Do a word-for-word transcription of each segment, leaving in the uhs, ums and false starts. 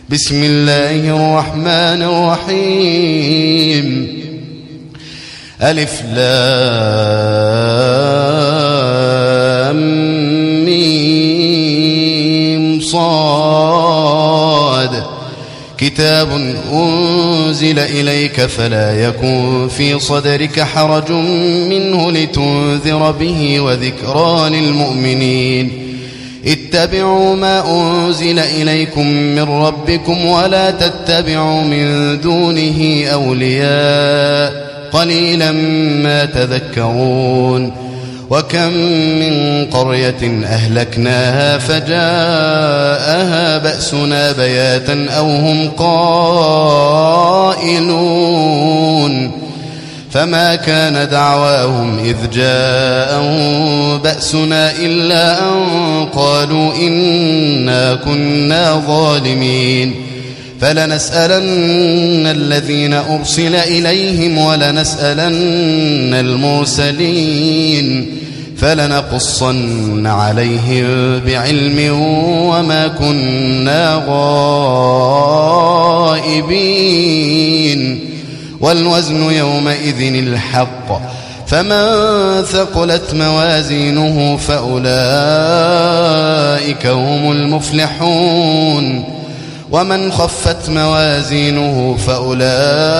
بسم الله الرحمن الرحيم. ألف لام ميم صاد. كتاب أنزل إليك فلا يكن في صدرك حرج منه لتنذر به وذكرى للمؤمنين. اتبعوا ما أنزل إليكم من ربكم ولا تتبعوا من دونه أولياء قليلا ما تذكرون. وكم من قرية أهلكناها فجاءها بأسنا بياتا أو هم قائلون فما كان دعواهم إذ جاءهم بأسنا إلا أن قالوا إنا كنا ظالمين. فلنسألن الذين أرسل إليهم ولنسألن المرسلين فلنقصن عليهم بعلم وما كنا غائبين. والوزن يومئذ الحق فمن ثقلت موازينه فأولئك هم المفلحون ومن خفت موازينه فأولئك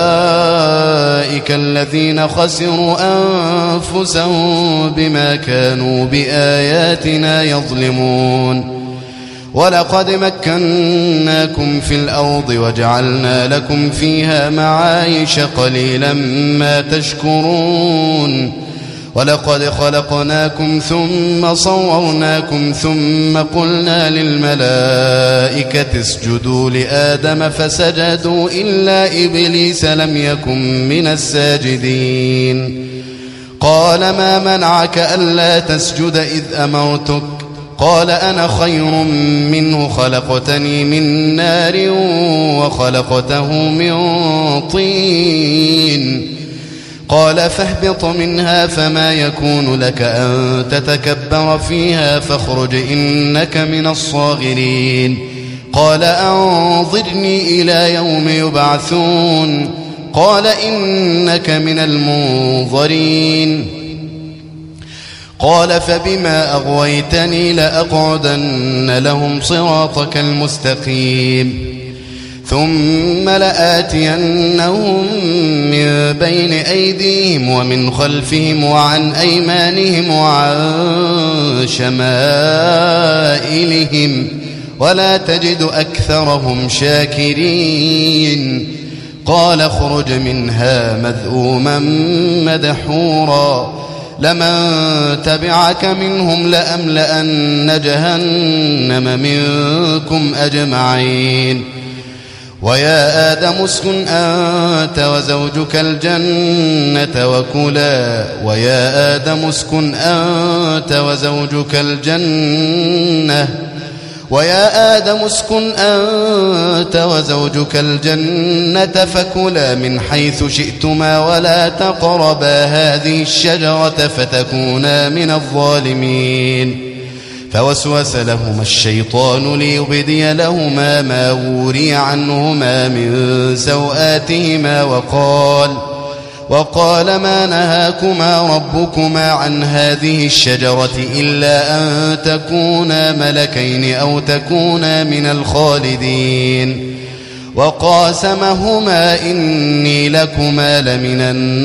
الذين خسروا أنفسهم بما كانوا بآياتنا يظلمون. ولقد مكناكم في الأرض وجعلنا لكم فيها معايش قليلا ما تشكرون. ولقد خلقناكم ثم صورناكم ثم قلنا للملائكة اسجدوا لآدم فسجدوا إلا إبليس لم يكن من الساجدين. قال ما منعك ألا تسجد إذ أمرتك؟ قال أنا خير منه خلقتني من نار وخلقته من طين. قال فاهبط منها فما يكون لك أن تتكبر فيها فاخرج إنك من الصاغرين. قال أنظرني إلى يوم يبعثون. قال إنك من المنظرين. قال فبما أغويتني لأقعدن لهم صراطك المستقيم ثم لآتينهم من بين أيديهم ومن خلفهم وعن أيمانهم وعن شمائلهم ولا تجد أكثرهم شاكرين. قال اخرج منها مذءوما مدحورا لمن تبعك منهم لأملأن جهنم منكم أجمعين. ويا آدم اسكن أنت وزوجك الجنة وكلا ويا آدم اسكن أنت وزوجك الجنة ويا آدم اسكن أنت وزوجك الجنة فكلا من حيث شئتما ولا تقربا هذه الشجرة فتكونا من الظالمين. فوسوس لهما الشيطان ليبدي لهما ما وري عنهما من سوآتهما وقال وقال ما نهاكما ربكما عن هذه الشجرة إلا أن تكونا ملكين أو تكونا من الخالدين. وقاسمهما إني لكما لمن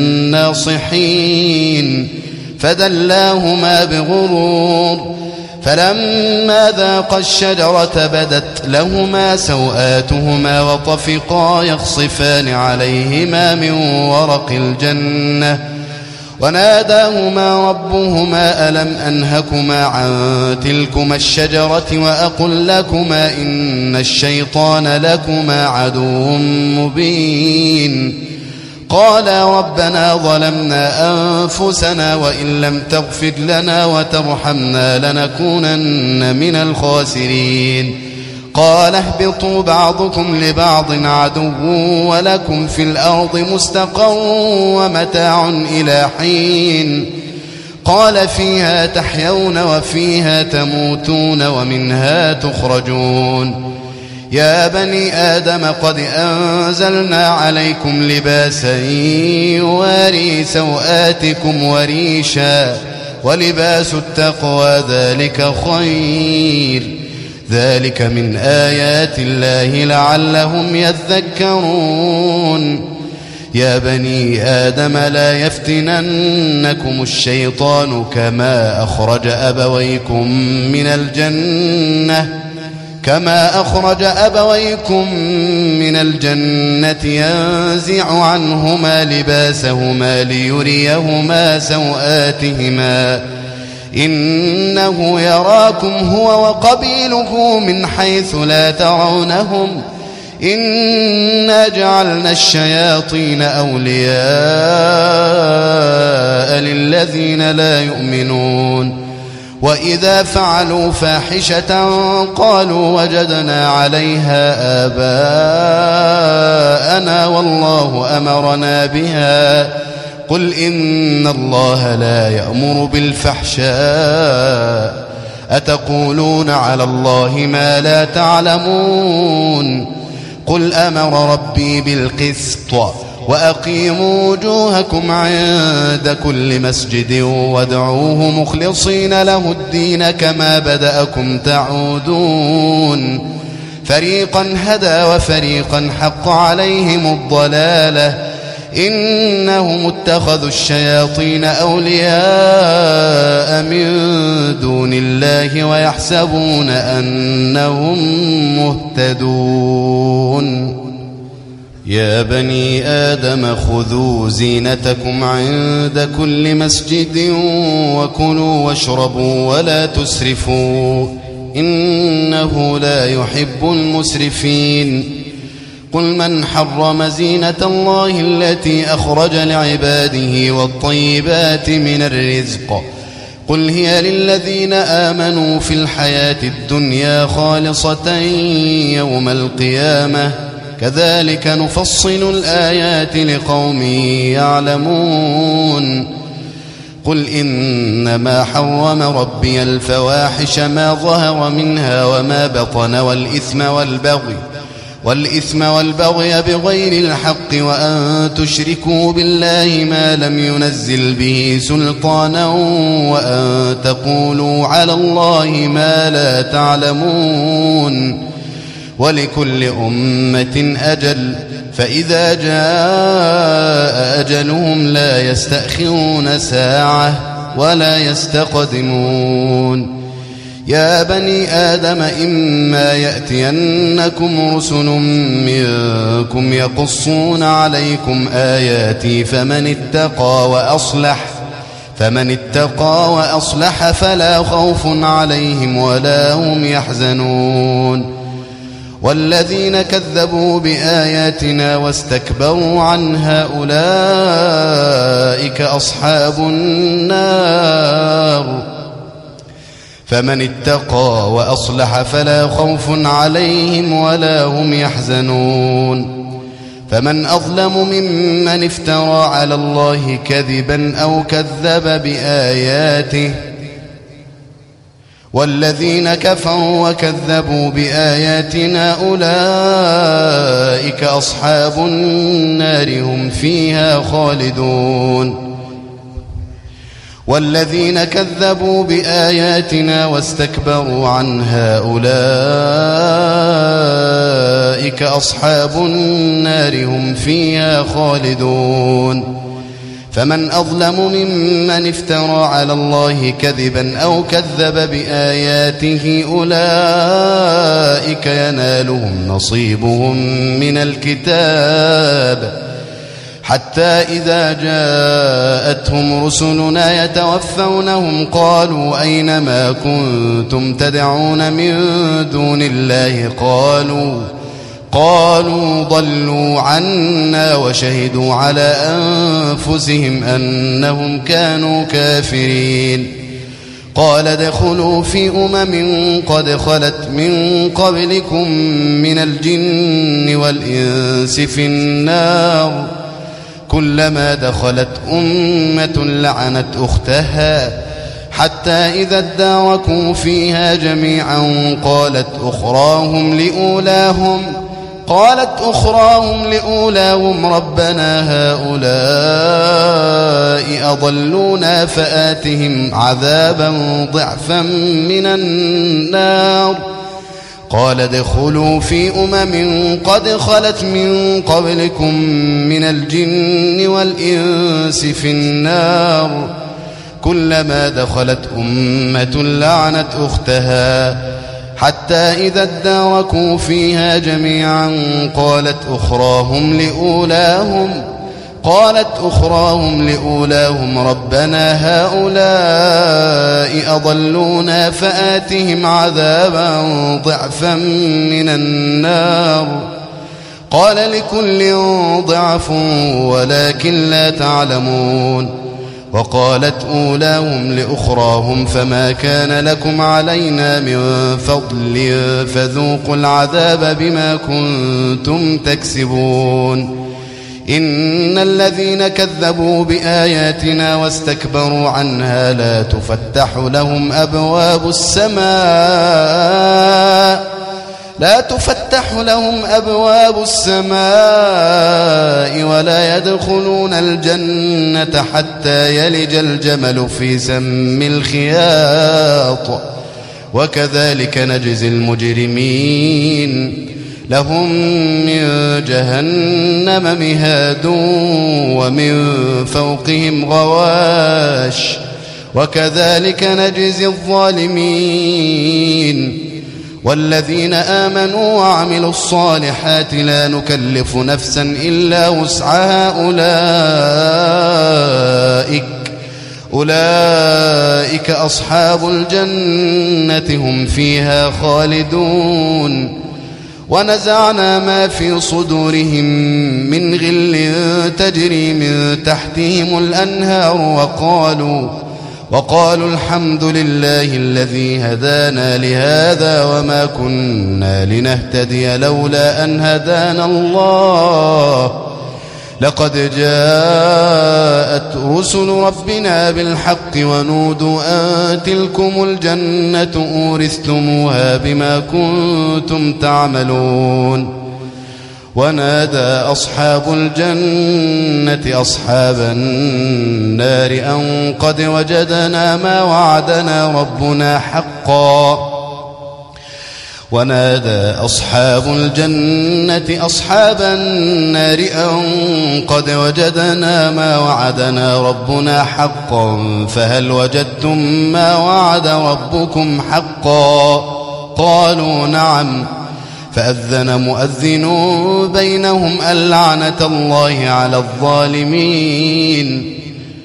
الناصحين فدلاهما بغرور. فلما ذاقا الشجرة بدت لهما سوآتهما وطفقا يخصفان عليهما من ورق الجنة وناداهما ربهما ألم أنهكما عن تلكما الشجرة وأقل لكما إن الشيطان لكما عدو مبين. قالا ربنا ظلمنا أنفسنا وإن لم تغفر لنا وترحمنا لنكونن من الخاسرين. قال اهبطوا بعضكم لبعض عدو ولكم في الأرض مستقر ومتاع إلى حين. قال فيها تحيون وفيها تموتون ومنها تخرجون. يا بني آدم قد أنزلنا عليكم لباسا يواري سوآتكم وريشا ولباس التقوى ذلك خير ذلك من آيات الله لعلهم يذكرون يا بني آدم لا يفتننكم الشيطان كما أخرج أبويكم من الجنة كما أخرج أبويكم من الجنة ينزع عنهما لباسهما ليريهما سوآتهما إنه يراكم هو وقبيله من حيث لا ترونهم إنا جعلنا الشياطين أولياء للذين لا يؤمنون وإذا فعلوا فاحشة قالوا وجدنا عليها آباءنا والله أمرنا بها قل إن الله لا يأمر بالفحشاء أتقولون على الله ما لا تعلمون قل أمر ربي بالقسط وأقيموا وجوهكم عند كل مسجد وادعوه مخلصين له الدين كما بدأكم تعودون فريقا هدى وفريقا حق عليهم الضلالة إنهم اتخذوا الشياطين أولياء من دون الله ويحسبون أنهم مهتدون يا بني آدم خذوا زينتكم عند كل مسجد وكلوا واشربوا ولا تسرفوا إنه لا يحب المسرفين قل من حرم زينة الله التي أخرج لعباده والطيبات من الرزق قل هي للذين آمنوا في الحياة الدنيا خالصة يوم القيامة كذلك نفصل الآيات لقوم يعلمون قل إنما حرم ربي الفواحش ما ظهر منها وما بطن والإثم والبغي والإثم والبغي بغير الحق وأن تشركوا بالله ما لم ينزل به سلطانا وأن تقولوا على الله ما لا تعلمون ولكل أمة أجل فإذا جاء أجلهم لا يستأخرون ساعة ولا يستقدمون يا بني آدم إما يأتينكم رسل منكم يقصون عليكم آياتي فمن اتقى وأصلح فمن اتقى وأصلح فلا خوف عليهم ولا هم يحزنون والذين كذبوا بآياتنا واستكبروا عنها أولئك أصحاب النار فمن اتقى وأصلح فلا خوف عليهم ولا هم يحزنون فمن أظلم ممن افترى على الله كذبا أو كذب بآياته والذين كفروا وكذبوا بآياتنا أولئك أصحاب النار هم فيها خالدون والذين كذبوا بآياتنا واستكبروا عنها أولئك أصحاب النار هم فيها خالدون فمن أظلم ممن افترى على الله كذبا أو كذب بآياته أولئك ينالهم نصيبهم من الكتاب حتى إذا جاءتهم رسلنا يتوفونهم قالوا أين ما كنتم تدعون من دون الله قالوا قالوا ضلوا عنا وشهدوا على أنفسهم أنهم كانوا كافرين قال ادخلوا في أمم قد خلت من قبلكم من الجن والإنس في النار كلما دخلت أمة لعنت أختها حتى إذا اداركوا فيها جميعا قالت أخراهم لأولاهم قالت أخراهم لأولاهم ربنا هؤلاء أضلونا فآتهم عذابا ضعفا من النار قال ادخلوا في أمم قد خلت من قبلكم من الجن والإنس في النار كلما دخلت أمة لعنت أختها حتى إذا اداركوا فيها جميعا قالت أخراهم لأولاهم قالت أخراهم لأولاهم ربنا هؤلاء أضلونا فآتهم عذابا ضعفا من النار قال لكل ضعف ولكن لا تعلمون وقالت أولاهم لأخراهم فما كان لكم علينا من فضل فذوقوا العذاب بما كنتم تكسبون إن الذين كذبوا بآياتنا واستكبروا عنها لا تفتح لهم أبواب السماء لا تفتح لهم أبواب السماء ولا يدخلون الجنة حتى يلج الجمل في سم الخياط وكذلك نجزي المجرمين لهم من جهنم مهاد ومن فوقهم غواش وكذلك نجزي الظالمين والذين آمنوا وعملوا الصالحات لا نكلف نفسا إلا وسعها أولئك أولئك أصحاب الجنة هم فيها خالدون ونزعنا ما في صدورهم من غل تجري من تحتهم الأنهار وقالوا وقالوا الحمد لله الذي هدانا لهذا وما كنا لنهتدي لولا أن هدانا الله لقد جاءت رسل ربنا بالحق ونودوا أن تلكم الجنة أورثتموها بما كنتم تعملون ونادى أصحاب الجنة أصحاب النار أن قد وجدنا ما وعدنا ربنا حقا ونادى أصحاب الجنة أصحاب النار أن قد وجدنا ما وعدنا ربنا حقا فهل وجدتم ما وعد ربكم حقا قالوا نعم فأذن مؤذن بينهم اللعنة الله على الظالمين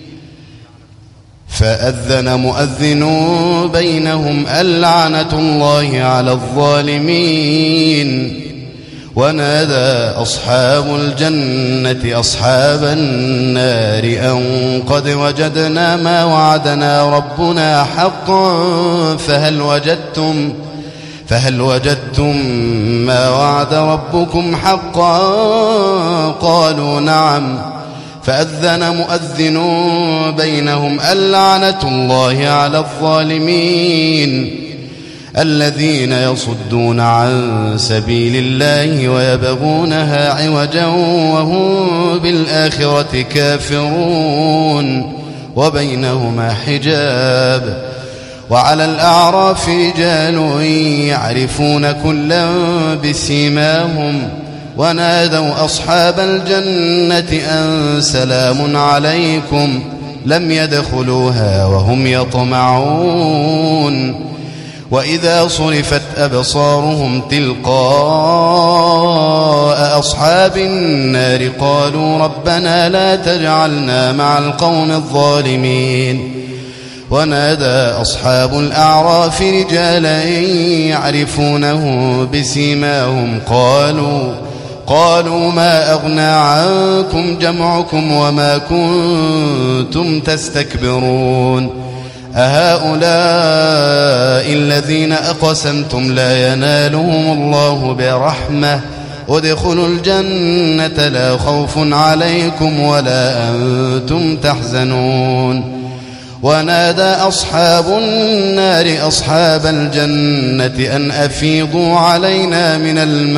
فأذن مؤذن بينهم اللعنة الله على الظالمين ونادى أصحاب الجنة أصحاب النار أن قد وجدنا ما وعدنا ربنا حقا فهل وجدتم فهل وجدتم ما وعد ربكم حقا قالوا نعم فأذن مؤذن بينهم اللعنة الله على الظالمين الذين يصدون عن سبيل الله ويبغونها عوجا وهم بالآخرة كافرون وبينهما حجاب وعلى الأعراف رجال يعرفون كلا بسيماهم ونادوا أصحاب الجنة أن سلام عليكم لم يدخلوها وهم يطمعون وإذا صرفت أبصارهم تلقاء أصحاب النار قالوا ربنا لا تجعلنا مع القوم الظالمين ونادى أصحاب الأعراف رجالا يعرفونه بسيماهم قالوا قالوا ما أغنى عنكم جمعكم وما كنتم تستكبرون أهؤلاء الذين أقسمتم لا ينالهم الله برحمة ادخلوا الجنة لا خوف عليكم ولا أنتم تحزنون ونادى أصحاب النار أصحاب الجنة أن أفيضوا علينا من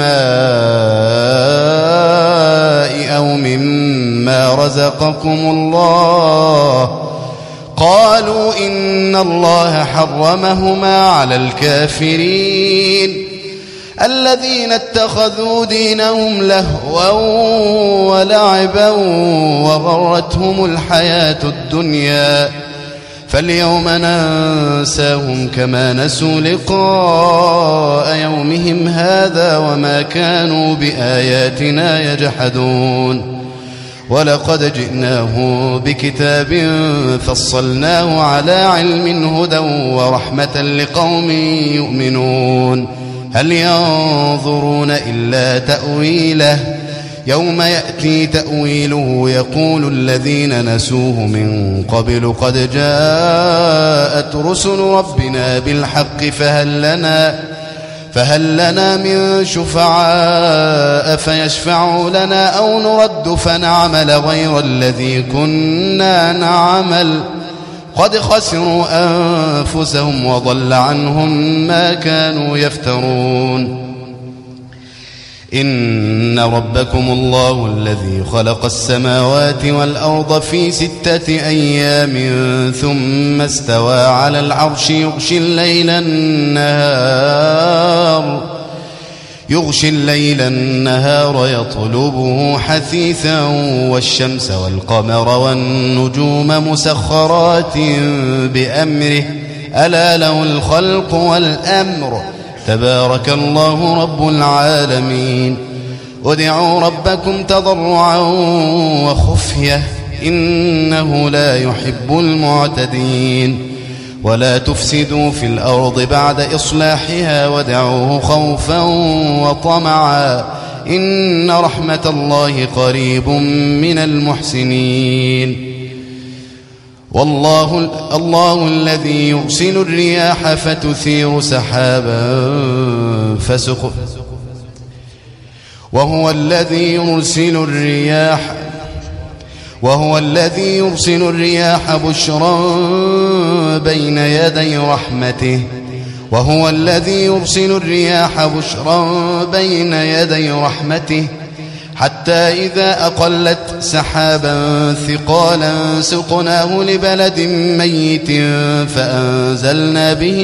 الماء أو مما رزقكم الله قالوا إن الله حرمهما على الكافرين الذين اتخذوا دينهم لهوا ولعبا وغرتهم الحياة الدنيا فاليوم ننساهم كما نسوا لقاء يومهم هذا وما كانوا بآياتنا يجحدون ولقد جئناه بكتاب فصلناه على علم هدى ورحمة لقوم يؤمنون هل ينظرون إلا تأويله يوم يأتي تأويله يقول الذين نسوه من قبل قد جاءت رسل ربنا بالحق فهل لنا فهل لنا من شفعاء فيشفعوا لنا أو نرد فنعمل غير الذي كنا نعمل قد خسروا أنفسهم وضل عنهم ما كانوا يفترون إن ربكم الله الذي خلق السماوات والأرض في ستة أيام ثم استوى على العرش يغشي الليل النهار يغشي الليل النهار يطلبه حثيثا والشمس والقمر والنجوم مسخرات بأمره ألا له الخلق والأمر تبارك الله رب العالمين ادعوا ربكم تضرعا وخفية إنه لا يحب المعتدين ولا تفسدوا في الأرض بعد إصلاحها وادعوه خوفا وطمعا إن رحمة الله قريب من المحسنين والله الله الذي يرسل الرياح فتثير سحابا فسق وهو الذي يرسل الرياح وهو الذي يرسل الرياح بشرا بين يدي رحمته وهو الذي يرسل الرياح بشرا بين يدي رحمته حتى إذا أقلت سحابا ثقالا سقناه لبلد ميت فأنزلنا به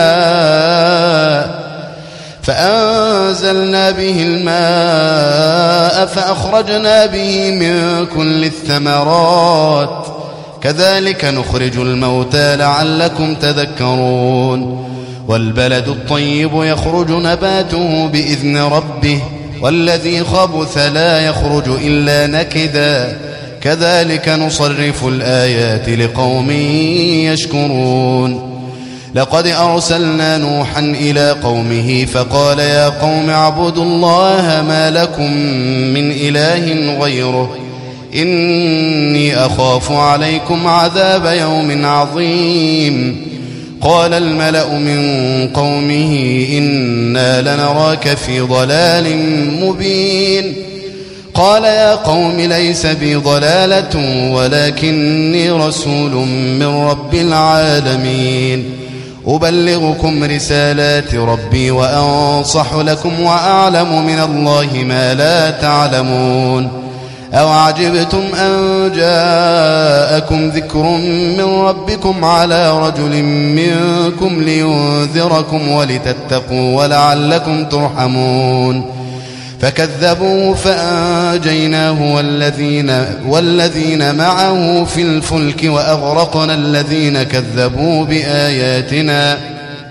الماء فأنزلنا به الماء فأخرجنا به من كل الثمرات كذلك نخرج الموتى لعلكم تذكرون والبلد الطيب يخرج نباته بإذن ربه والذي خبث لا يخرج إلا نكدا كذلك نصرف الآيات لقوم يشكرون لقد أرسلنا نوحا إلى قومه فقال يا قوم اعبدوا الله ما لكم من إله غيره إني أخاف عليكم عذاب يوم عظيم قال الملأ من قومه إنا لنراك في ضلال مبين قال يا قوم ليس بي ضلالة ولكني رسول من رب العالمين أبلغكم رسالات ربي وأنصح لكم وأعلم من الله ما لا تعلمون أو عجبتم أن جاءكم ذكر من ربكم على رجل منكم لينذركم ولتتقوا ولعلكم ترحمون فكذبوه فأنجيناه والذين, والذين معه في الفلك وأغرقنا الذين كذبوا بآياتنا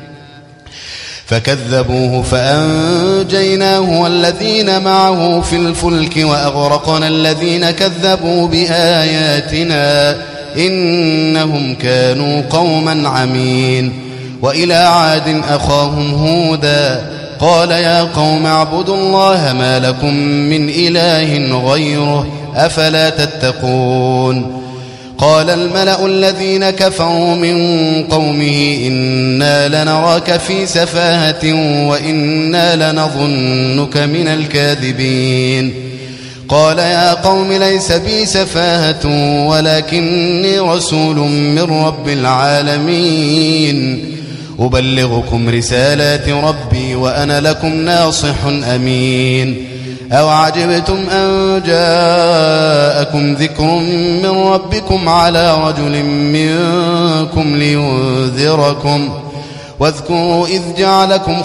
فكذبوه فأنجيناه والذين معه في الفلك وأغرقنا الذين كذبوا بآياتنا إنهم كانوا قوما عمين وإلى عاد أخاهم هودا قال يا قوم اعبدوا الله ما لكم من إله غيره أفلا تتقون قال الملأ الذين كفروا من قومه إنا لنراك في سفاهة وإنا لنظنك من الكاذبين قال يا قوم ليس بي سفاهة ولكني رسول من رب العالمين أبلغكم رسالات ربي وأنا لكم ناصح أمين أو عجبتم أن جاءكم ذكر من ربكم على رجل منكم لينذركم واذكروا إذ جعلكم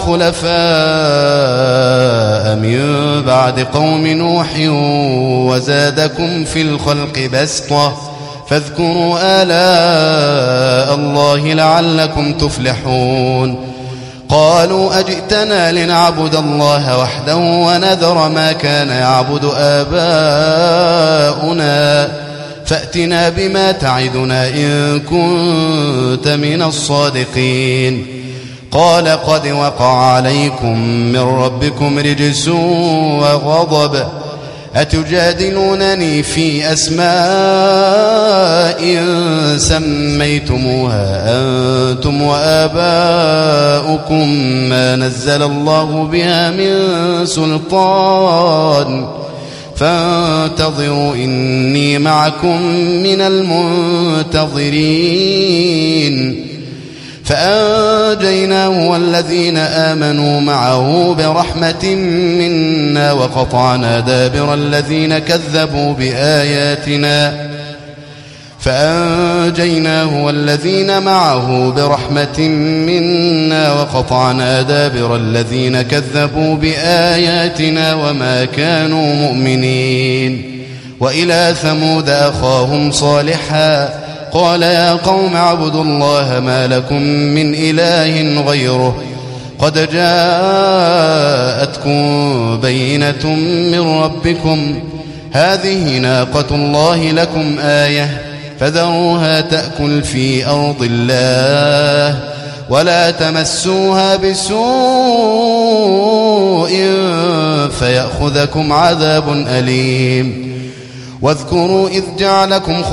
خلفاء من بعد قوم نوح وزادكم في الخلق بسطة فاذكروا آلاء الله لعلكم تفلحون قالوا أجئتنا لنعبد الله وحده ونذر ما كان يعبد آباؤنا فأتنا بما تعدنا إن كنت من الصادقين قال قد وقع عليكم من ربكم رجس وغضب أتجادلونني في أسماء سميتموها أنتم وآباؤكم ما نزل الله بها من سلطان فانتظروا إني معكم من المنتظرين فأنجيناه والذين آمنوا معه برحمة منا وقطعنا دابر الذين كذبوا بآياتنا فأنجيناه والذين معه برحمة منا وقطعنا دابر الذين كذبوا بآياتنا وما كانوا مؤمنين وإلى ثمود أخاهم صالحا قال يا قوم اعبدوا الله ما لكم من إله غيره قد جاءتكم بينة من ربكم هذه ناقة الله لكم آية فذروها تأكل في أرض الله ولا تمسوها بسوء فيأخذكم عذاب أليم واذكروا إذ جعلكم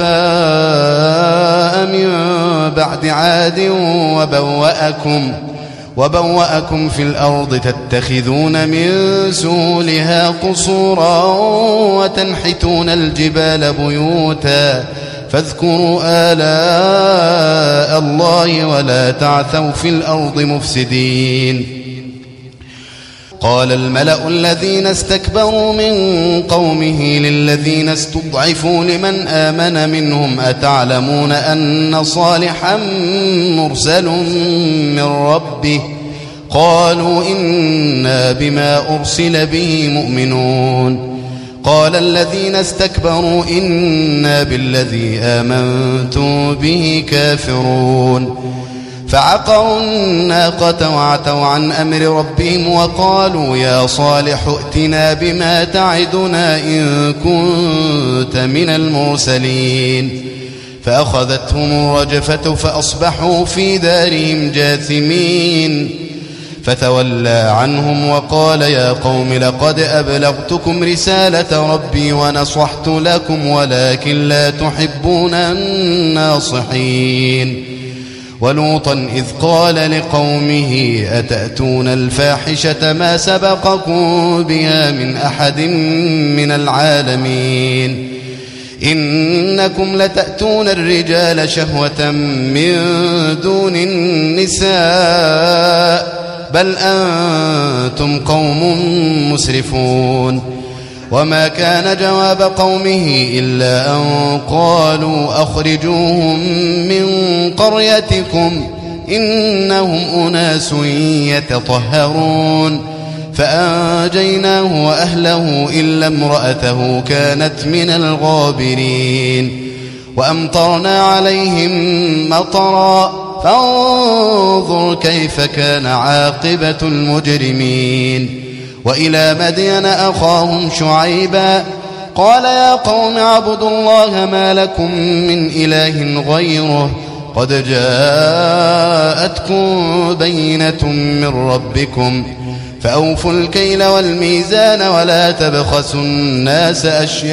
خلفاء من بعد عاد وبوأكم, وبوأكم في الأرض تتخذون من سهولها قصورا وتنحتون الجبال بيوتا فاذكروا آلاء الله ولا تعثوا في الأرض مفسدين قال الملأ الذين استكبروا من قومه للذين استضعفوا لمن آمن منهم أتعلمون أن صالحا مرسل من ربه قالوا إنا بما أرسل به مؤمنون قال الذين استكبروا إنا بالذي آمنتم به كافرون فعقروا الناقة وعتوا عن أمر ربهم وقالوا يا صالح ائتنا بما تعدنا إن كنت من المرسلين فأخذتهم الرجفة فأصبحوا في دارهم جاثمين فتولى عنهم وقال يا قوم لقد أبلغتكم رسالة ربي ونصحت لكم ولكن لا تحبون الناصحين ولوطا إذ قال لقومه أتأتون الفاحشة ما سبقكم بها من أحد من العالمين إنكم لتأتون الرجال شهوة من دون النساء بل أنتم قوم مسرفون وما كان جواب قومه إلا أن قالوا أخرجوهم من قريتكم إنهم أناس يتطهرون فأنجيناه وأهله إلا امرأته كانت من الغابرين وأمطرنا عليهم مطرا فانظر كيف كان عاقبة المجرمين وإلى مدين أخاهم شعيبا قال يا قوم اعبدوا الله ما لكم من إله غيره قد جاءتكم بينة من ربكم فأوفوا الكيل والميزان ولا تبخسوا الناس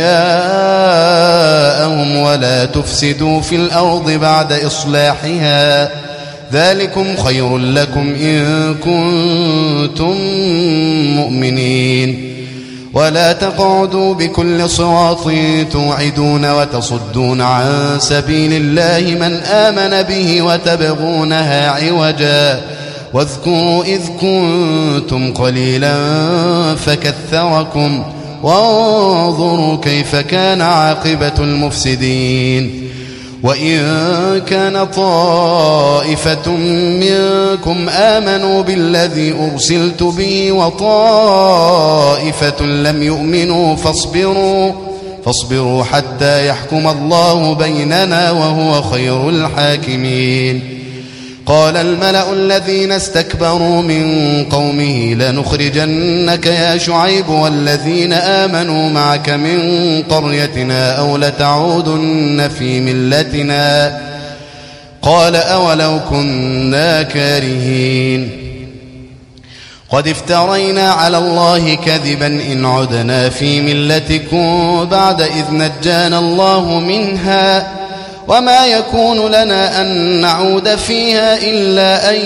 أشياءهم ولا تفسدوا في الأرض بعد إصلاحها ذلكم خير لكم إن كنتم مؤمنين ولا تقعدوا بكل صراط توعدون وتصدون عن سبيل الله من آمن به وتبغونها عوجا واذكروا إذ كنتم قليلا فكثركم وانظروا كيف كان عاقبة المفسدين وإن كان طائفة منكم آمنوا بالذي أرسلت به وطائفة لم يؤمنوا فاصبروا فاصبروا حتى يحكم الله بيننا وهو خير الحاكمين قال الملأ الذين استكبروا من قومه لنخرجنك يا شعيب والذين آمنوا معك من قريتنا أو لتعودن في ملتنا قال أولو كنا كارهين قد افترينا على الله كذبا إن عدنا في ملتكم بعد إذ نجانا الله منها وما يكون لنا أن نعود فيها إلا أن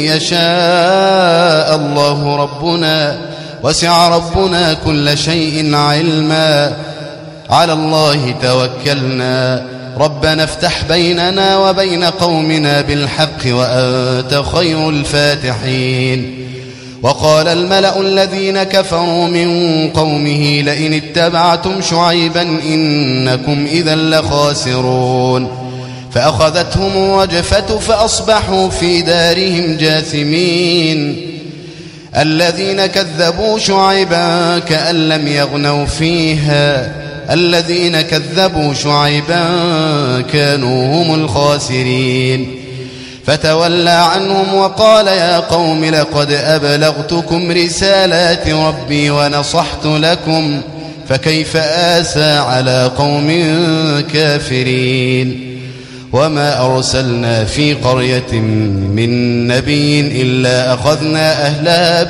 يشاء الله ربنا وسع ربنا كل شيء علما على الله توكلنا ربنا افتح بيننا وبين قومنا بالحق وأنت خير الفاتحين وقال الملأ الذين كفروا من قومه لئن اتبعتم شعيبا إنكم إذا لخاسرون فأخذتهم الرجفة فأصبحوا في دارهم جاثمين الذين كذبوا شعيبا كأن لم يغنوا فيها الذين كذبوا شعيبا كانوا هم الخاسرين فتولى عنهم وقال يا قوم لقد أبلغتكم رسالات ربي ونصحت لكم فكيف آسى على قوم كافرين وما أرسلنا في قرية من نبي إلا أخذنا أهلها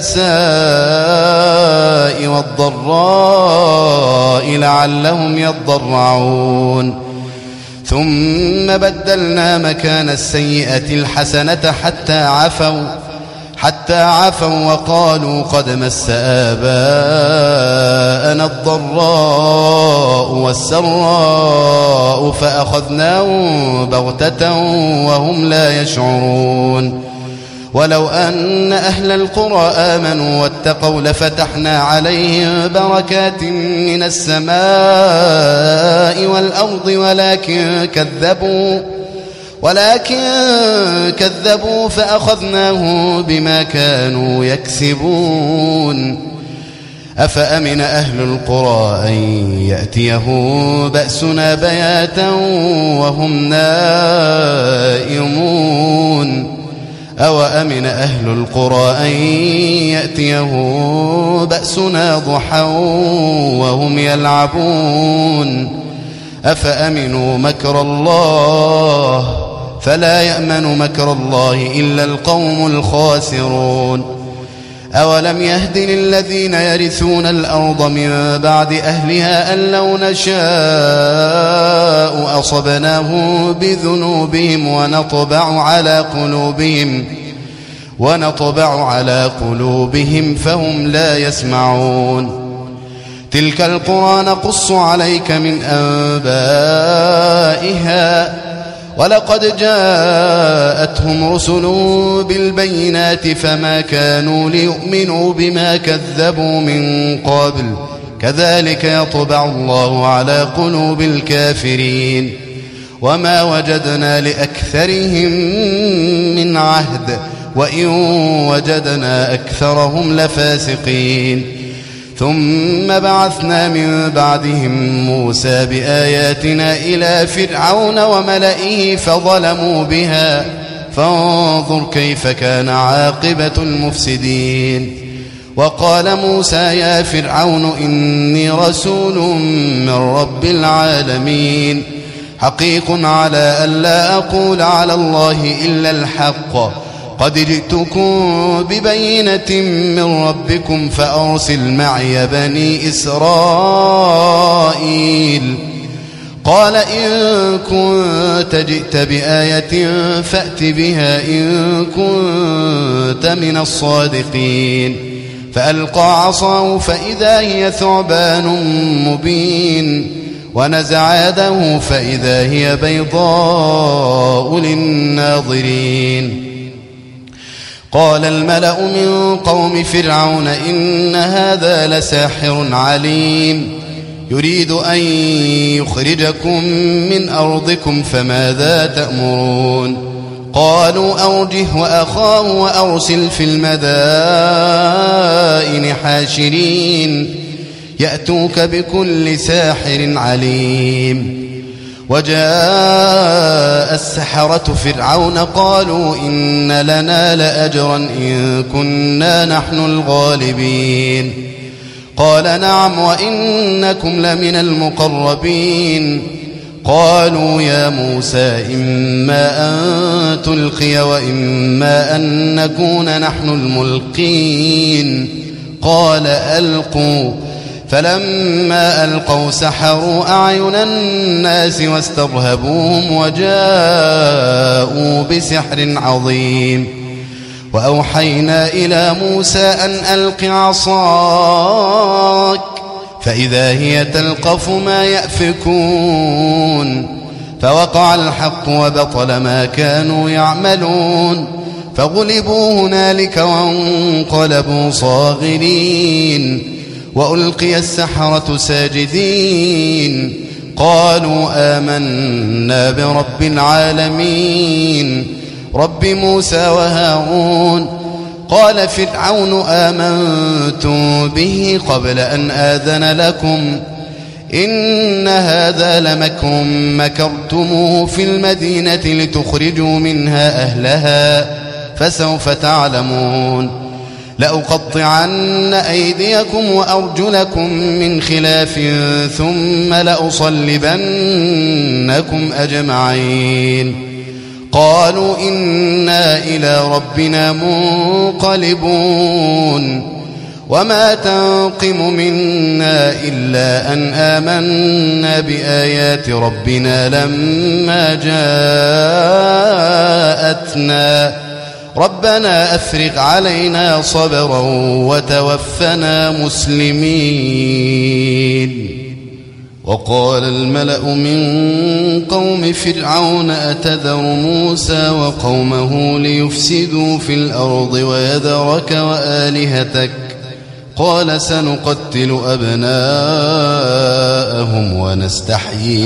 بالبأساء والضراء لعلهم يضرعون ثم بدلنا مكان السيئة الحسنة حتى عفوا حتى عفوا وقالوا قد مس آباءنا الضراء والسراء فأخذناهم بغتة وهم لا يشعرون ولو أن أهل القرى آمنوا واتقوا لفتحنا عليهم بركات من السماء والأرض ولكن كذبوا ولكن كذبوا فأخذناهم بما كانوا يكسبون أفأمن أهل القرى أن يأتيهم بأسنا بياتا وهم نائمون أو أمن أهل القرى أن يأتيهم بأسنا ضحى وهم يلعبون أفأمنوا مكر الله فلا يأمن مكر الله إلا القوم الخاسرون أولم يهد للذين يرثون الأرض من بعد أهلها أن لو نشاء أصبناهم بذنوبهم ونطبع على قلوبهم ونطبع على قلوبهم فهم لا يسمعون تلك القرى نقص عليك من أنبائها ولقد جاءتهم رسل بالبينات فما كانوا ليؤمنوا بما كذبوا من قبل كذلك يطبع الله على قلوب الكافرين وما وجدنا لأكثرهم من عهد وإن وجدنا أكثرهم لفاسقين ثم بعثنا من بعدهم موسى بآياتنا إلى فرعون وملئه فظلموا بها فانظر كيف كان عاقبة المفسدين وقال موسى يا فرعون إني رسول من رب العالمين حقيق على أن لا أقول على الله إلا الحق قد جئتكم ببينة من ربكم فأرسل معي بني إسرائيل قال إن كنت جئت بآية فأت بها إن كنت من الصادقين فألقى عصاه فإذا هي ثعبان مبين ونزع يده فإذا هي بيضاء للناظرين. قال الملأ من قوم فرعون إن هذا لساحر عليم يريد أن يخرجكم من أرضكم فماذا تأمرون؟ قالوا أوجه وأخاه وأرسل في المدائن حاشرين يأتوك بكل ساحر عليم. وجاء السحرة فرعون قالوا إن لنا لأجرا إن كنا نحن الغالبين. قال نعم وإنكم لمن المقربين. قالوا يا موسى إما أن تلقي وإما أن نكون نحن الملقين. قال ألقوا. فلما ألقوا سحروا أعين الناس واسترهبوهم وجاءوا بسحر عظيم. وأوحينا إلى موسى أن ألق عصاك فإذا هي تلقف ما يأفكون. فوقع الحق وبطل ما كانوا يعملون فغلبوا هنالك وانقلبوا صاغرين. وألقي السحرة ساجدين قالوا آمنا برب العالمين رب موسى وهارون. قال فرعون آمنتم به قبل أن آذن لكم إن هذا لمكر مكرتموه في المدينة لتخرجوا منها أهلها فسوف تعلمون. لأقطعن أيديكم وأرجلكم من خلاف ثم لأصلبنكم أجمعين. قالوا إنا إلى ربنا منقلبون. وما تنقم منا إلا أن آمنا بآيات ربنا لما جاءتنا ربنا أفرغ علينا صبرا وتوفنا مسلمين. وقال الملأ من قوم فرعون أتذر موسى وقومه ليفسدوا في الأرض ويذرك وآلهتك قال سنقتل أبناءهم ونستحيي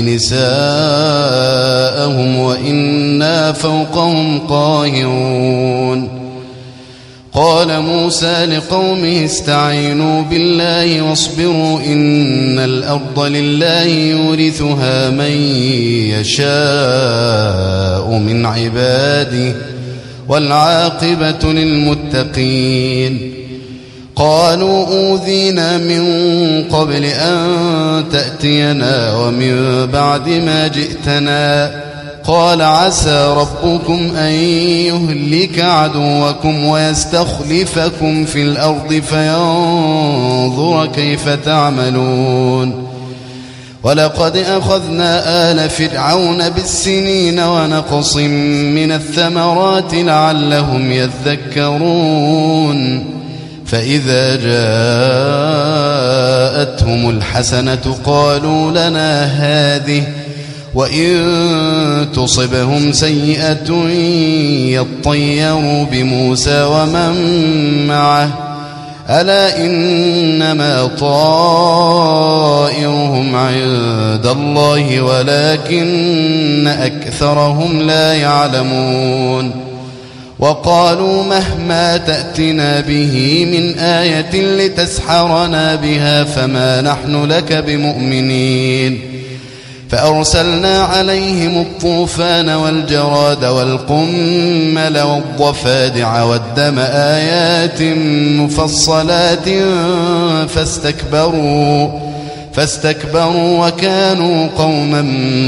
نساءهم وإنا فوقهم قاهرون. قال موسى لقومه استعينوا بالله واصبروا إن الأرض لله يورثها من يشاء من عباده والعاقبة للمتقين. قالوا أوذينا من قبل أن تأتينا ومن بعد ما جئتنا قال عسى ربكم أن يهلك عدوكم ويستخلفكم في الأرض فينظر كيف تعملون. ولقد أخذنا آل فرعون بالسنين ونقص من الثمرات لعلهم يذكرون. فإذا جاءتهم الحسنة قالوا لنا هذه وإن تصبهم سيئة يطيروا بموسى ومن معه ألا إنما طائرهم عند الله ولكن أكثرهم لا يعلمون. وقالوا مهما تأتنا به من آية لتسحرنا بها فما نحن لك بمؤمنين. فأرسلنا عليهم الطوفان والجراد والقمل والضفادع والدم آيات مفصلات فاستكبروا فاستكبروا وكانوا قوما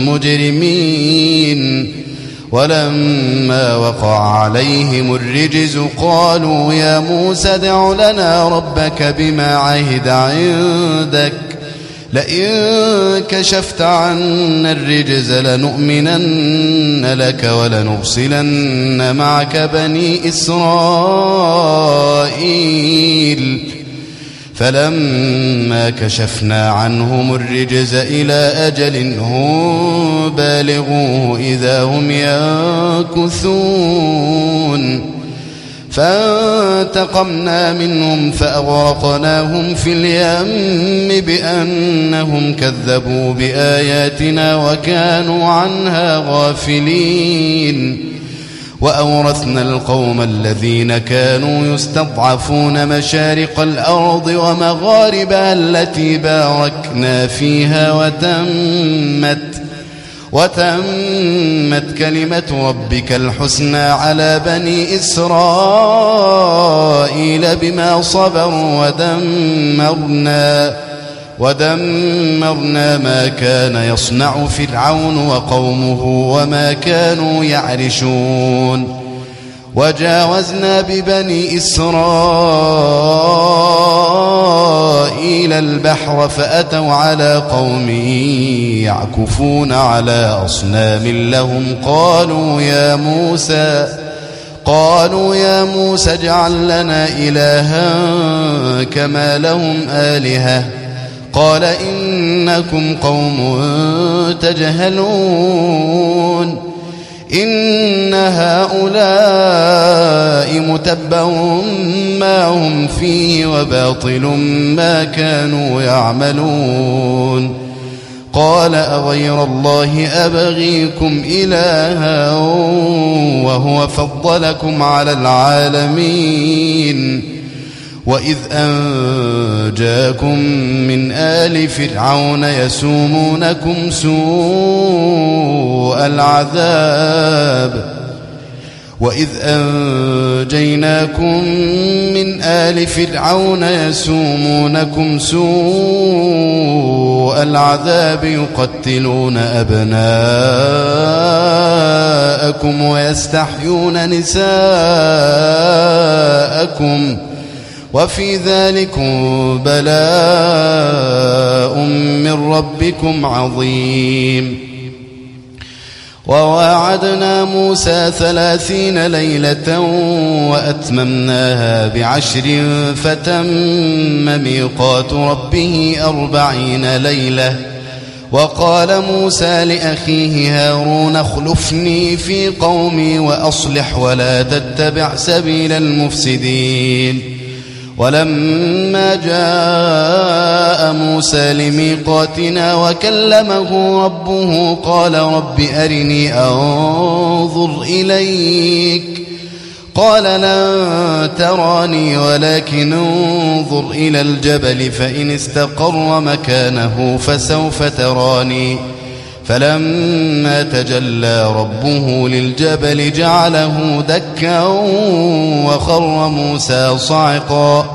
مجرمين. ولما وقع عليهم الرجز قالوا يا موسى ادع لنا ربك بما عهد عندك لئن كشفت عنا الرجز لنؤمنن لك ولنرسلن معك بني إسرائيل فلما كشفنا عنهم الرجز إلى أجل هم بالغوه إذا هم ينكثون فانتقمنا منهم فأغرقناهم في اليم بأنهم كذبوا بآياتنا وكانوا عنها غافلين وأورثنا القوم الذين كانوا يستضعفون مشارق الأرض ومغاربها التي باركنا فيها وتمت وتمت كلمة ربك الحسنى على بني إسرائيل بما صبروا ودمرنا ودمرنا ما كان يصنع فرعون وقومه وما كانوا يعرشون وجاوزنا ببني إسرائيل البحر فأتوا على قوم يعكفون على أصنام لهم قالوا يا موسى قالوا يا موسى اجعل لنا إلها كما لهم آلهة قال إنكم قوم تجهلون إن هؤلاء متبع ما هم فيه وباطل ما كانوا يعملون قال أغير الله أبغيكم إلها وهو فضلكم على العالمين وإذ أنجاكم من آل فرعون يسومونكم سوء العذاب وإذ أنجيناكم من آل فرعون يسومونكم سوء العذاب يقتلون أبناءكم ويستحيون نساءكم وفي ذلكم بلاء من ربكم عظيم وواعدنا موسى ثلاثين ليلة وأتممناها بعشر فتم ميقات ربه أربعين ليلة وقال موسى لأخيه هارون اخلفني في قومي وأصلح ولا تتبع سبيل المفسدين ولما جاء موسى لميقاتنا وكلمه ربه قال رب أرني أنظر إليك قال لن تراني ولكن انظر إلى الجبل فإن استقر مكانه فسوف تراني فلما تجلى ربه للجبل جعله دكا وخر موسى صعقا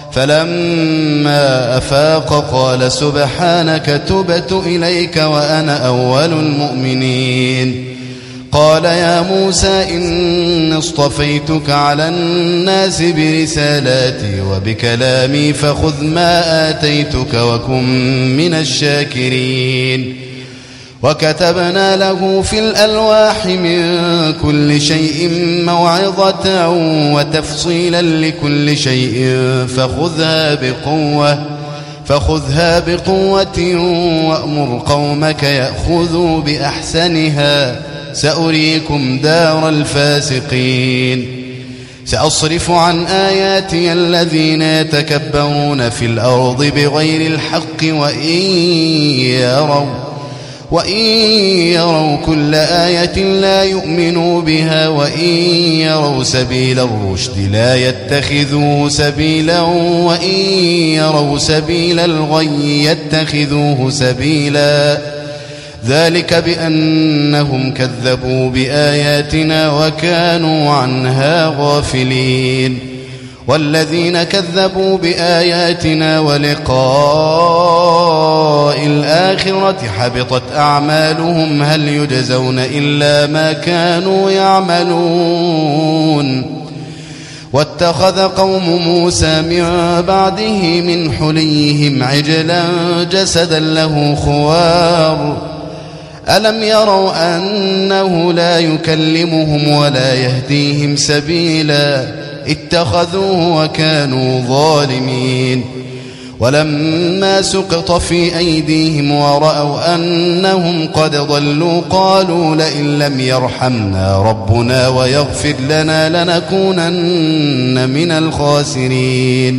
فلما أفاق قال سبحانك تبت إليك وأنا أول المؤمنين قال يا موسى إني اصطفيتك على الناس برسالاتي وبكلامي فخذ ما آتيتك وكن من الشاكرين وكتبنا له في الألواح من كل شيء موعظة وتفصيلا لكل شيء فخذها بقوة فخذها بقوة وأمر قومك يأخذوا بأحسنها سأريكم دار الفاسقين سأصرف عن آياتي الذين يتكبرون في الأرض بغير الحق وإن يروا وإن يروا كل آية لا يؤمنوا بها وإن يروا سبيل الرشد لا يتخذوه سبيلا وإن يروا سبيل الغي يتخذوه سبيلا ذلك بأنهم كذبوا بآياتنا وكانوا عنها غافلين والذين كذبوا بآياتنا ولقاء الآخرة حبطت أعمالهم هل يجزون إلا ما كانوا يعملون واتخذ قوم موسى من بعده من حليهم عجلا جسدا له خوار ألم يروا أنه لا يكلمهم ولا يهديهم سبيلا اتخذوه وكانوا ظالمين ولما سقط في أيديهم ورأوا أنهم قد ضلوا قالوا لئن لم يرحمنا ربنا ويغفر لنا لنكونن من الخاسرين.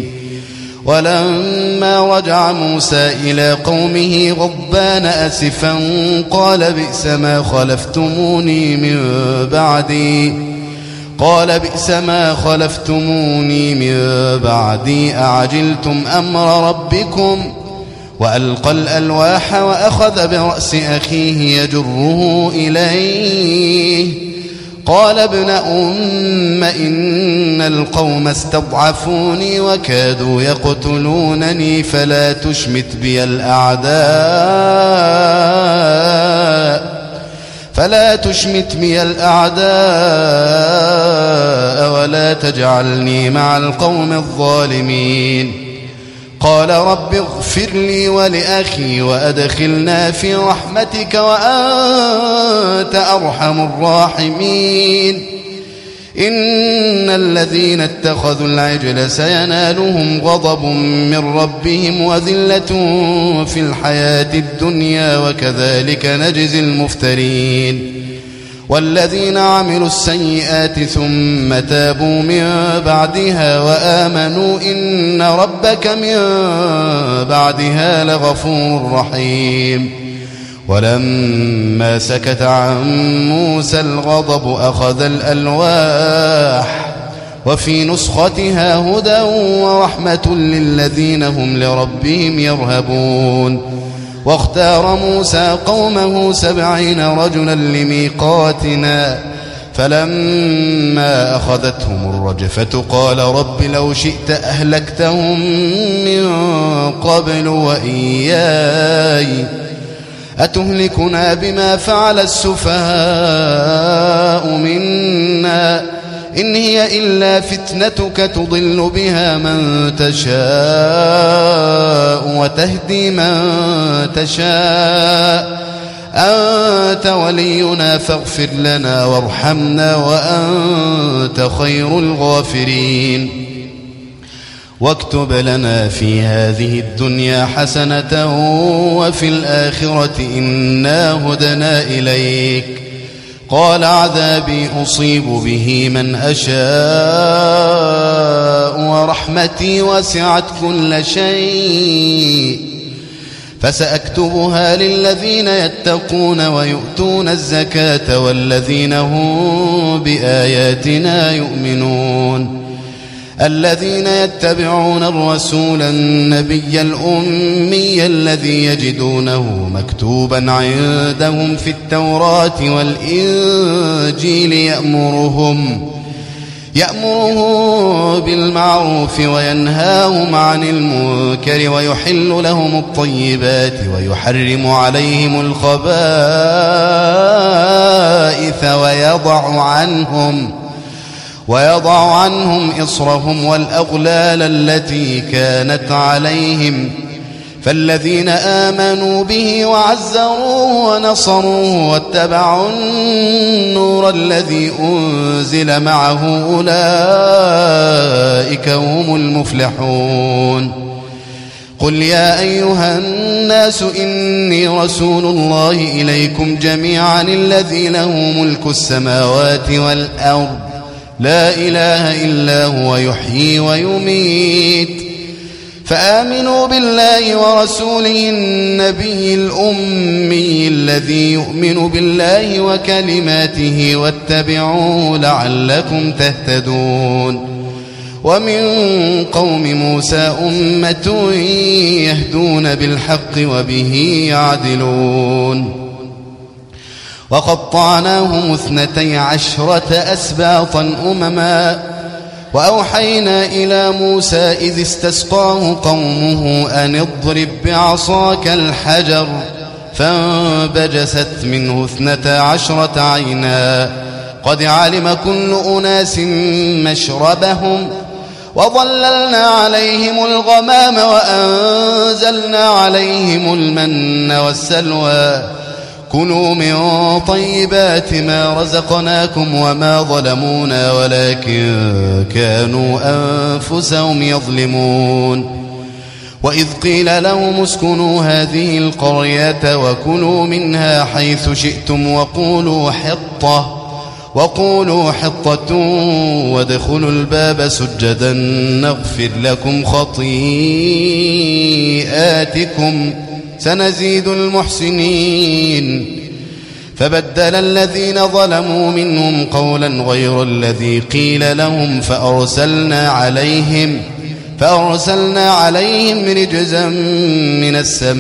ولما رجع موسى إلى قومه غضبان أسفا قال بئس ما خلفتموني من بعدي قال بئس ما خلفتموني من بعدي أعجلتم أمر ربكم وألقى الألواح وأخذ برأس أخيه يجره إليه قال ابن أم إن القوم استضعفوني وكادوا يقتلونني فلا تشمت بي الأعداء فلا تشمت بي الأعداء ولا تجعلني مع القوم الظالمين. قال رب اغفر لي ولأخي وأدخلنا في رحمتك وأنت أرحم الراحمين. إن الذين اتخذوا العجل سينالهم غضب من ربهم وذلة في الحياة الدنيا وكذلك نجزي المفترين. والذين عملوا السيئات ثم تابوا من بعدها وآمنوا إن ربك من بعدها لغفور رحيم. ولما سكت عن موسى الغضب أخذ الألواح وفي نسختها هدى ورحمة للذين هم لربهم يرهبون. واختار موسى قومه سبعين رجلا لميقاتنا فلما أخذتهم الرجفة قال رب لو شئت أهلكتهم من قبل وإياي أتهلكنا بما فعل السفهاء منا إن هي إلا فتنتك تضل بها من تشاء وتهدي من تشاء أنت ولينا فاغفر لنا وارحمنا وأنت خير الغافرين. واكتب لنا في هذه الدنيا حسنة وفي الآخرة إنا هدنا إليك. قال عذابي أصيب به من أشاء ورحمتي وسعت كل شيء فسأكتبها للذين يتقون ويؤتون الزكاة والذين هم بآياتنا يؤمنون. الذين يتبعون الرسول النبي الأمي الذي يجدونه مكتوبا عندهم في التوراة والإنجيل يأمرهم يأمرهم بالمعروف وينهاهم عن المنكر ويحل لهم الطيبات ويحرم عليهم الخبائث ويضع عنهم ويضع عنهم إصرهم والأغلال التي كانت عليهم. فالذين آمنوا به وعزروه ونصروه واتبعوا النور الذي أنزل معه أولئك هم المفلحون. قل يا أيها الناس إني رسول الله إليكم جميعا الذي له ملك السماوات والأرض لا إله إلا هو يحيي ويميت. فآمنوا بالله ورسوله النبي الأمي الذي يؤمن بالله وكلماته واتبعوه لعلكم تهتدون. ومن قوم موسى أمة يهدون بالحق وبه يعدلون. وقطعناهم اثنتي عشرة أسباطا أمما وأوحينا إلى موسى إذ استسقاه قومه أن اضرب بعصاك الحجر فانبجست منه اثنتا عشرة عينا قد علم كل أناس مشربهم وظللنا عليهم الغمام وأنزلنا عليهم المن والسلوى كلوا من طيبات ما رزقناكم وما ظلمونا ولكن كانوا أنفسهم يظلمون. وإذ قيل لهم اسكنوا هذه القرية وكلوا منها حيث شئتم وقولوا حطة وقولوا حطة وادخلوا الباب سجدا نغفر لكم خطيئاتكم سنزيد المحسنين. فبدل الذين ظلموا منهم قولا غير الذي قيل لهم فأرسلنا عليهم فأرسلنا عليهم رجزا من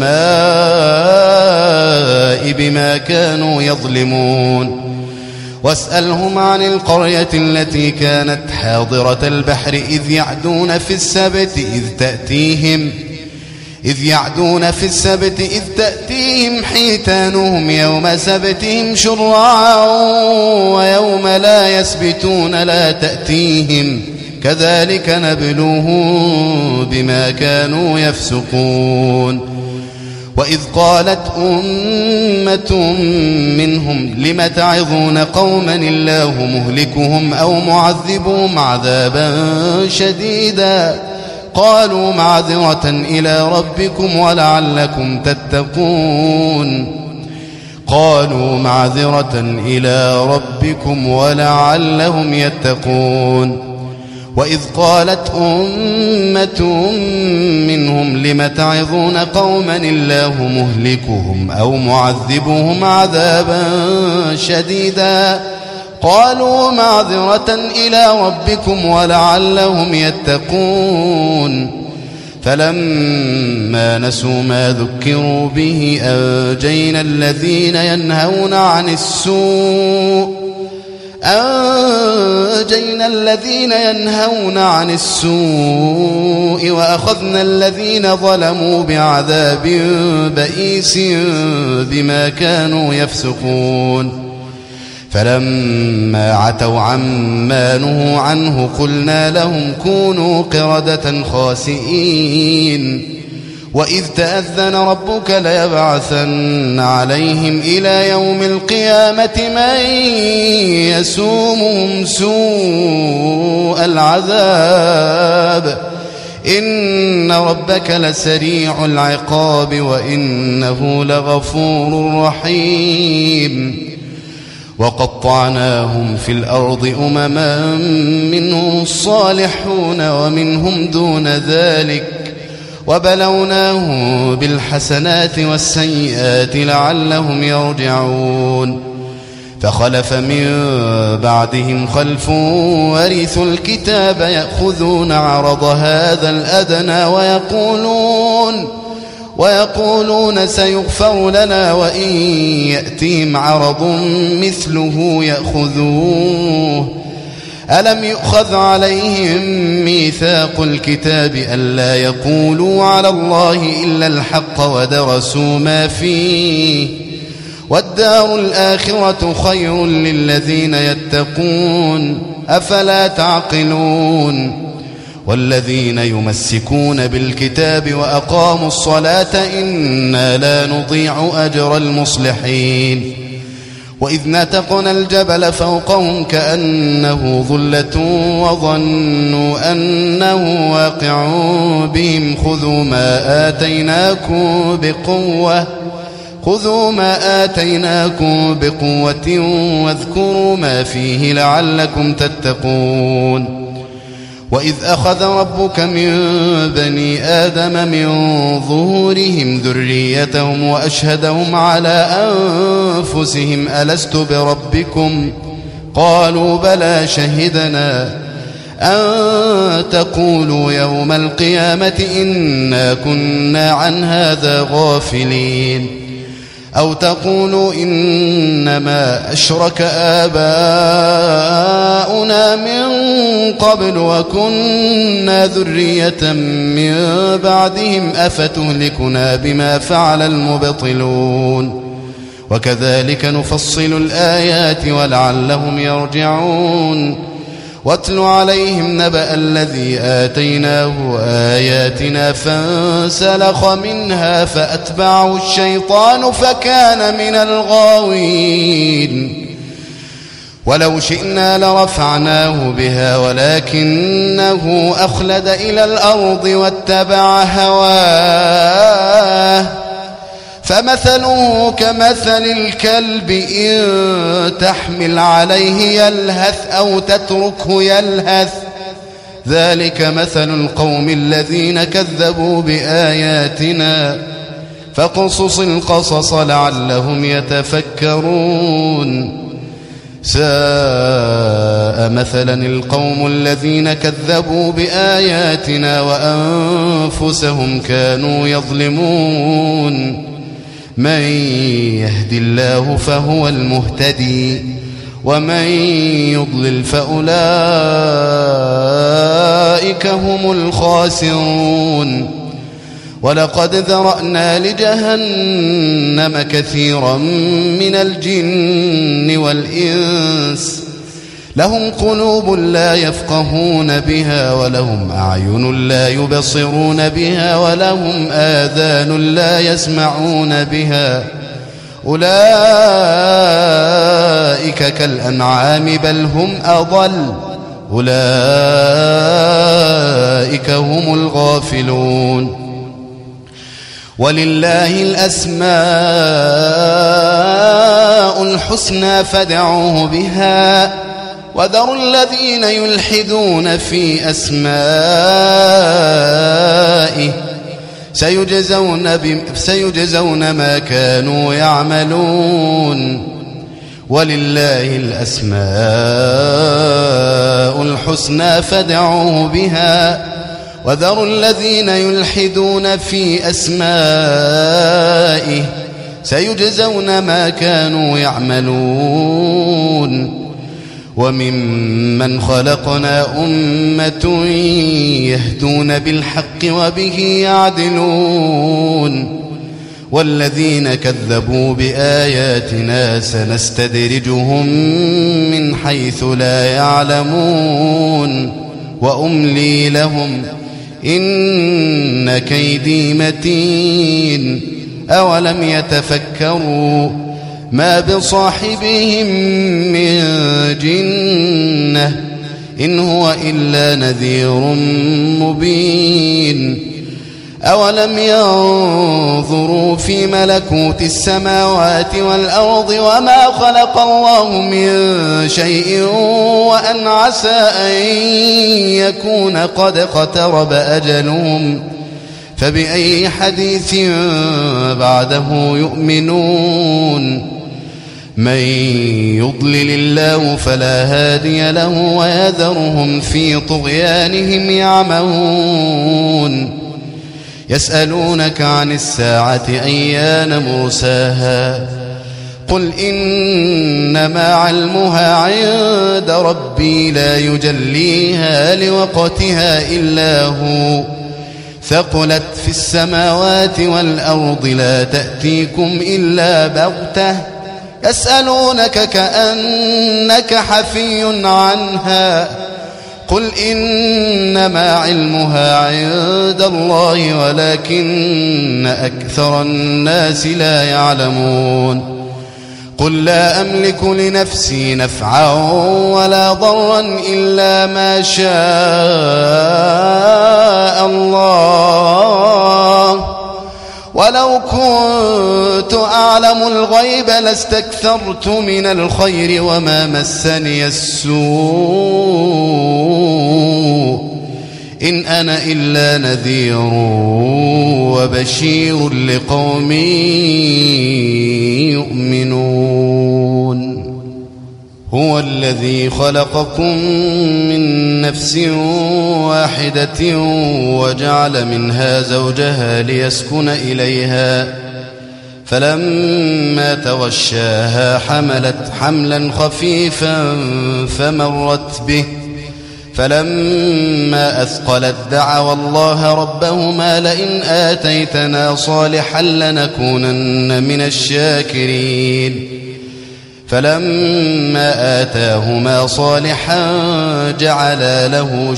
السماء بما كانوا يظلمون. واسألهم عن القرية التي كانت حاضرة البحر إذ يعدون في السبت إذ تأتيهم إذ يعدون في السبت إذ تأتيهم حيتانهم يوم سبتهم شرعا ويوم لا يسبتون لا تأتيهم كذلك نبلوهم بما كانوا يفسقون. وإذ قالت أمة منهم لم تعظون قوما الله مهلكهم أو معذبهم عذابا شديدا قالوا معذرة إلى ربكم ولعلكم تتقون قالوا معذرة إلى ربكم ولعلهم يتقون. وإذ قالت أمة منهم لم تعظون قوما الله مهلكهم أو معذبهم عذابا شديدا قالوا معذرة إلى ربكم ولعلهم يتقون. فلما نسوا ما ذكروا به أنجينا الذين ينهون عن السوء أنجينا الذين ينهون عن السوء وأخذنا الذين ظلموا بعذاب بئيس بما كانوا يفسقون. فلما عتوا عما نهوا عنه قلنا لهم كونوا قردة خاسئين. وإذ تأذن ربك ليبعثن عليهم إلى يوم القيامة من يسومهم سوء العذاب إن ربك لسريع العقاب وإنه لغفور رحيم. وقطعناهم في الأرض أمما منهم الصالحون ومنهم دون ذلك وبلوناهم بالحسنات والسيئات لعلهم يرجعون. فخلف من بعدهم خلف ورثوا الكتاب يأخذون عرض هذا الأدنى ويقولون ويقولون سيغفر لنا وإن يأتهم عرض مثله يأخذوه. ألم يؤخذ عليهم ميثاق الكتاب ألا يقولوا على الله إلا الحق ودرسوا ما فيه والدار الآخرة خير للذين يتقون أفلا تعقلون. والذين يمسكون بالكتاب وأقاموا الصلاة إنا لا نضيع أجر المصلحين. وإذ نتقنا الجبل فوقهم كأنه ظلة وظنوا أنه واقع بهم خذوا ما آتيناكم بقوة خذوا ما آتيناكم بقوة واذكروا ما فيه لعلكم تتقون. وإذ أخذ ربك من بني آدم من ظهورهم ذريتهم وأشهدهم على أنفسهم ألست بربكم قالوا بلى شهدنا أن تقولوا يوم القيامة إنا كنا عن هذا غافلين أو تقولوا إنما أشرك آباؤنا من قبل وكنا ذرية من بعدهم أفتهلكنا بما فعل المبطلون وكذلك نفصل الآيات ولعلهم يرجعون. واتل عليهم نبأ الذي آتيناه آياتنا فانسلخ منها فأتبعه الشيطان فكان من الغاوين. ولو شئنا لرفعناه بها ولكنه أخلد إلى الأرض واتبع هواه فمثله كمثل الكلب إن تحمل عليه يلهث أو تتركه يلهث ذلك مثل القوم الذين كذبوا بآياتنا فاقصص القصص لعلهم يتفكرون ساء مثلا القوم الذين كذبوا بآياتنا وأنفسهم كانوا يظلمون من يهد الله فهو المهتدي ومن يضلل فأولئك هم الخاسرون ولقد ذرأنا لجهنم كثيرا من الجن والإنس لهم قلوب لا يفقهون بها ولهم أعين لا يبصرون بها ولهم آذان لا يسمعون بها أولئك كالأنعام بل هم أضل أولئك هم الغافلون ولله الأسماء الحسنى فادعوه بها وذروا الذين يلحدون في أسمائه سيجزون, سيجزون ما كانوا يعملون ولله الأسماء الحسنى فادعوه بها وذروا الذين يلحدون في أسمائه سيجزون ما كانوا يعملون وممن خلقنا أمة يهدون بالحق وبه يعدلون والذين كذبوا بآياتنا سنستدرجهم من حيث لا يعلمون وأملي لهم إن كيدي متين أولم يتفكروا ما بصاحبهم من جنة إن هو إلا نذير مبين أولم ينظروا في ملكوت السماوات والأرض وما خلق الله من شيء وأن عسى أن يكون قد اقترب أجلهم فبأي حديث بعده يؤمنون من يضلل الله فلا هادي له ويذرهم في طغيانهم يعمهون يسألونك عن الساعة أيان مرساها قل إنما علمها عند ربي لا يجليها لوقتها إلا هو ثقلت في السماوات والأرض لا تأتيكم إلا بغتة يسألونك كأنك حفي عنها قل إنما علمها عند الله ولكن أكثر الناس لا يعلمون قل لا أملك لنفسي نفعا ولا ضرا إلا ما شاء الله ولو كنت أعلم الغيب لاستكثرت من الخير وما مسني السوء إن أنا إلا نذير وبشير لقوم يؤمنون هو الذي خلقكم من نفس واحدة وجعل منها زوجها ليسكن إليها فلما تغشاها حملت حملا خفيفا فمرت به فلما أثقلت دعوا الله ربهما لئن آتيتنا صالحا لنكونن من الشاكرين فلما آتاهما صالحا جعلا له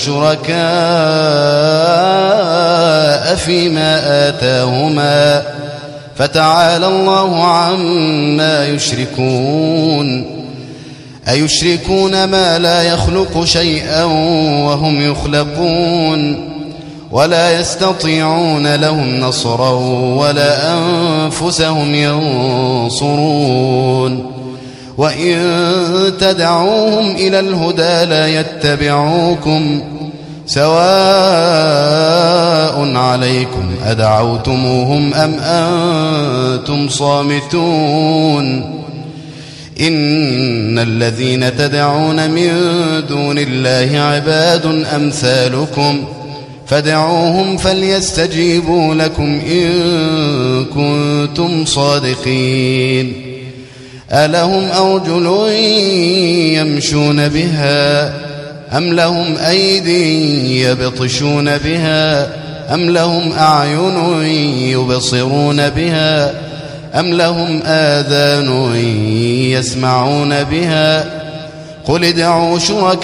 شركاء فيما آتاهما فتعالى الله عما يشركون أيشركون ما لا يخلق شيئا وهم يخلقون ولا يستطيعون لهم نصرا ولا أنفسهم ينصرون وإن تدعوهم إلى الهدى لا يتبعوكم سواء عليكم أدعوتموهم أم أنتم صامتون إن الذين تدعون من دون الله عباد أمثالكم فادعوهم فليستجيبوا لكم إن كنتم صادقين ألهم أرجل يمشون بها أم لهم أيدي يبطشون بها أم لهم أعين يبصرون بها أم لهم آذان يسمعون بها قل ادعوا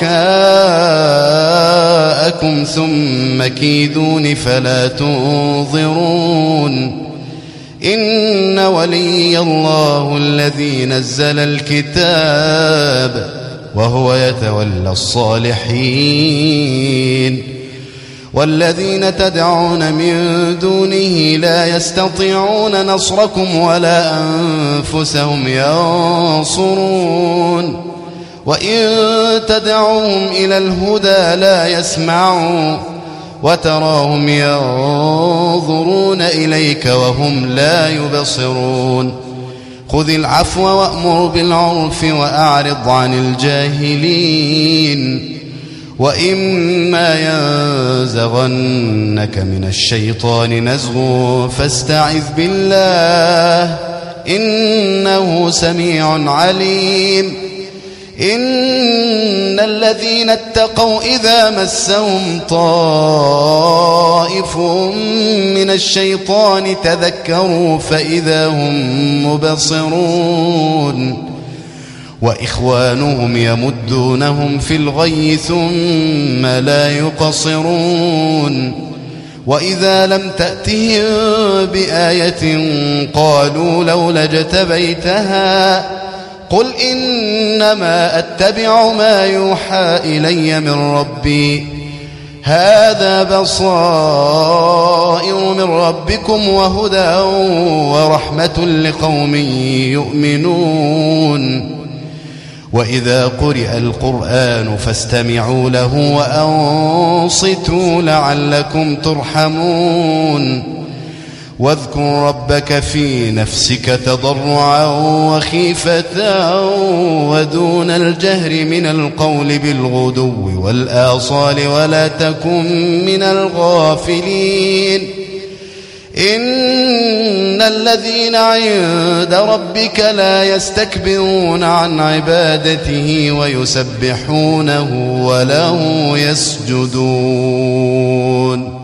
شركاءكم ثم كيدون فلا تنظرون إن ولي الله الذي نزل الكتاب وهو يتولى الصالحين والذين تدعون من دونه لا يستطيعون نصركم ولا أنفسهم ينصرون وإن تدعوهم إلى الهدى لا يسمعوا وتراهم ينظرون إليك وهم لا يبصرون خذ العفو وأمر بالعرف وأعرض عن الجاهلين وإما ينزغنك من الشيطان نزغ فاستعذ بالله إنه سميع عليم إن الذين اتقوا إذا مسهم طائف من الشيطان تذكروا فإذا هم مبصرون وإخوانهم يمدونهم في الغي ثم لا يقصرون وإذا لم تأتهم بآية قالوا لولا اجتبيتها قل إنما أتبع ما يوحى إلي من ربي هذا بصائر من ربكم وهدى ورحمة لقوم يؤمنون وإذا قرئ القرآن فاستمعوا له وأنصتوا لعلكم ترحمون واذكر ربك في نفسك تضرعا وخيفة ودون الجهر من القول بالغدو والآصال ولا تكن من الغافلين إن الذين عند ربك لا يستكبرون عن عبادته ويسبحونه وله يسجدون